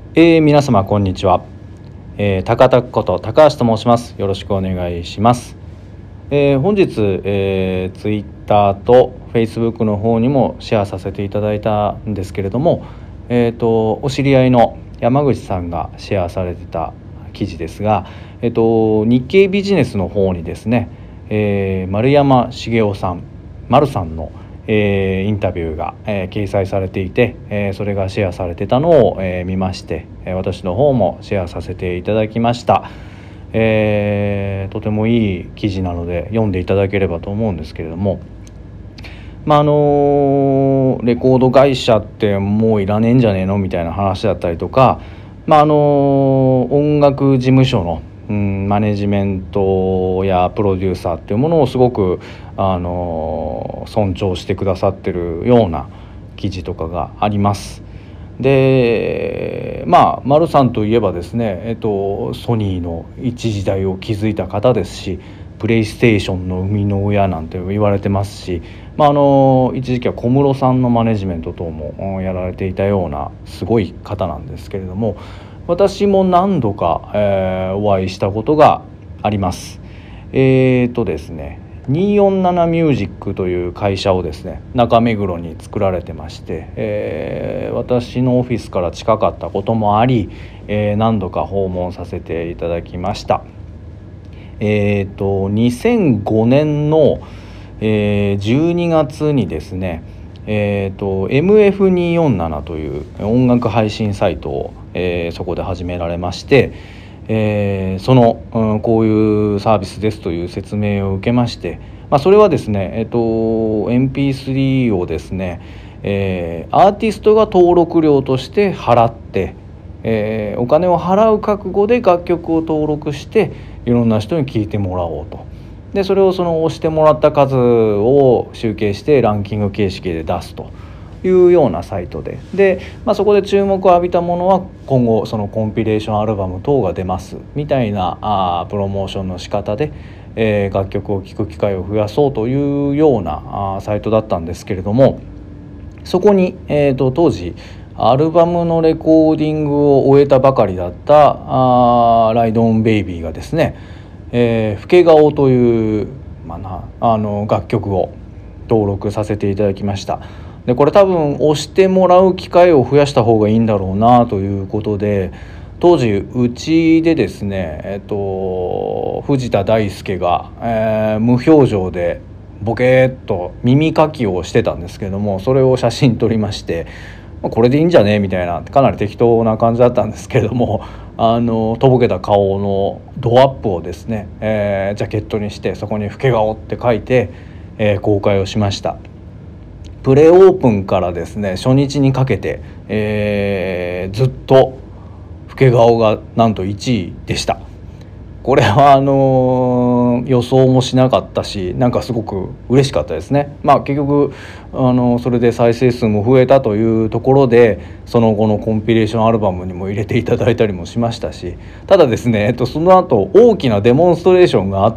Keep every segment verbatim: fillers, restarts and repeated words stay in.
えー、皆様こんにちは、えー、高田こと高橋と申します。よろしくお願いします。えー、本日、えー、Twitter と Facebook の方にもシェアさせていただいたんですけれども、えーと、お知り合いの山口さんがシェアされてた記事ですが、えーと、日経ビジネスの方にですね、えー、丸山茂雄さん、丸さんのえー、インタビューが、えー、掲載されていて、えー、それがシェアされてたのを、えー、見まして、えー、私の方もシェアさせていただきました。えー、とてもいい記事なので読んでいただければと思うんですけれども、まああのレコード会社ってもういらねえんじゃねえのみたいな話だったりとか、まああの音楽事務所のうん、マネジメントやプロデューサーっていうものをすごくあの尊重してくださってるような記事とかがあります。でまあ丸さんといえばですね、えっと、ソニーの一時代を築いた方ですし、プレイステーションの生みの親なんて言われてますし、まあ、あの一時期は小室さんのマネジメント等もやられていたようなすごい方なんですけれども、私も何度か、えー、お会いしたことがあります。えーとですねにーよんななミュージックという会社をですね中目黒に作られてまして、えー、私のオフィスから近かったこともあり、えー、何度か訪問させていただきました。えーとにせんごねんの、えー、じゅうにがつにですねえーと エムエフにーよんなな という音楽配信サイトを、えー、そこで始められまして、えー、その、うん、こういうサービスですという説明を受けまして、まあ、それはですね、えーと エムピースリー をですね、えー、アーティストが登録料として払って、えー、お金を払う覚悟で楽曲を登録していろんな人に聴いてもらおうと。でそれをその押してもらった数を集計してランキング形式で出すというようなサイトでで、まあ、そこで注目を浴びたものは今後そのコンピレーションアルバム等が出ますみたいなあプロモーションの仕方で、えー、楽曲を聴く機会を増やそうというようなあサイトだったんですけれども、そこに、えーと、当時アルバムのレコーディングを終えたばかりだったあライドオンベイビーがですね、えー、老け顔という、まあ、なあの楽曲を登録させていただきました。でこれ多分押してもらう機会を増やした方がいいんだろうなということで、当時うちでですね、えっと、藤田大輔が、えー、無表情でボケーっと耳かきをしてたんですけども、それを写真撮りまして、これでいいんじゃねみたいな、かなり適当な感じだったんですけれども、あのとぼけた顔のドアップをですね、えー、ジャケットにしてそこに「老け顔」って書いて、えー、公開をしました。プレオープンからですね初日にかけて、えー、ずっと老け顔がなんといちいでした。これはあの予想もしなかったし、なんかすごく嬉しかったですね。まあ結局あのそれで再生数も増えたというところで、その後のコンピレーションアルバムにも入れていただいたりもしましたし、ただですね、えっと、その後大きなデモンストレーションがあって、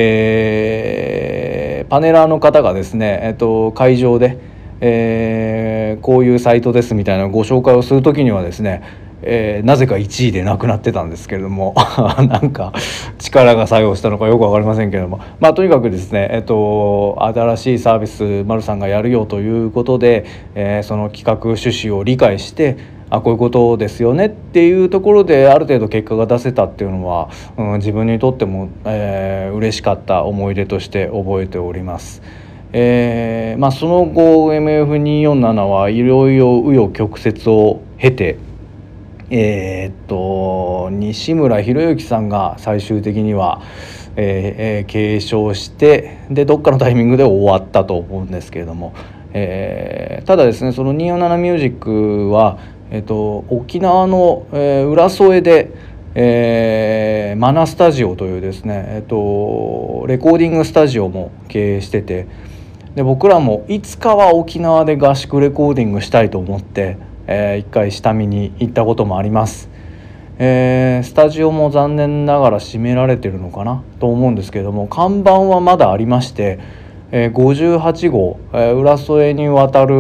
えー、パネラーの方がですね、えっと、会場で、えー、こういうサイトですみたいなご紹介をするときにはですね、えー、なぜかいちいでなくなってたんですけれどもなんか力が作用したのかよく分かりませんけれども、まあとにかくですね、えっと、新しいサービス丸さんがやるよということで、えー、その企画趣旨を理解して、あこういうことですよねっていうところである程度結果が出せたっていうのは、うん、自分にとっても、えー、嬉しかった思い出として覚えております。えーまあ、その後 エムエフにーよんなな はいろいろ紆余曲折を経て、えー、っと西村博之さんが最終的には、えー、継承して、でどっかのタイミングで終わったと思うんですけれども、えー、ただですねそのにーよんななミュージックは、えー、っと沖縄の、えー、浦添で、えー、マナスタジオというですね、えー、っとレコーディングスタジオも経営してて、で僕らもいつかは沖縄で合宿レコーディングしたいと思ってえー、一回下見に行ったこともあります。えー、スタジオも残念ながら閉められてるのかなと思うんですけれども、看板はまだありまして、えー、ごじゅうはちごう、えー、浦添に渡る、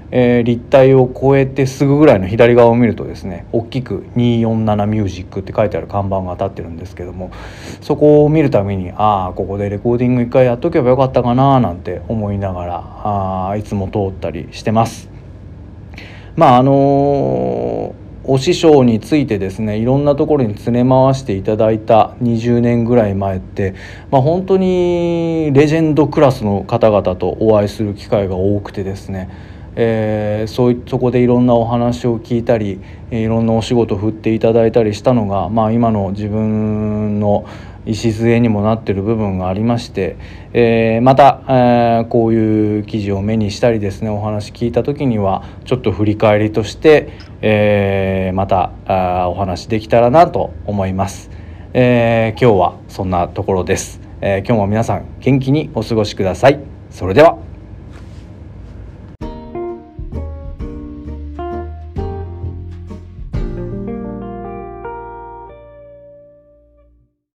えー、立体を超えてすぐぐらいの左側を見るとですね、大きくにひゃくよんじゅうななミュージックって書いてある看板が立ってるんですけども、そこを見るために、ああここでレコーディング一回やっとけばよかったかななんて思いながら、あいつも通ったりしてます。まああのーお師匠についてですね、いろんなところに連れ回していただいたにじゅうねんぐらい前って、まあ、本当にレジェンドクラスの方々とお会いする機会が多くてですね、えー、そういそこでいろんなお話を聞いたり、いろんなお仕事を振っていただいたりしたのが、まあ、今の自分の礎にもなっている部分がありまして、えー、また、えー、こういう記事を目にしたりですね、お話聞いた時にはちょっと振り返りとして、えー、またあお話できたらなと思います。えー、今日はそんなところです。えー、今日も皆さん元気にお過ごしください。それでは。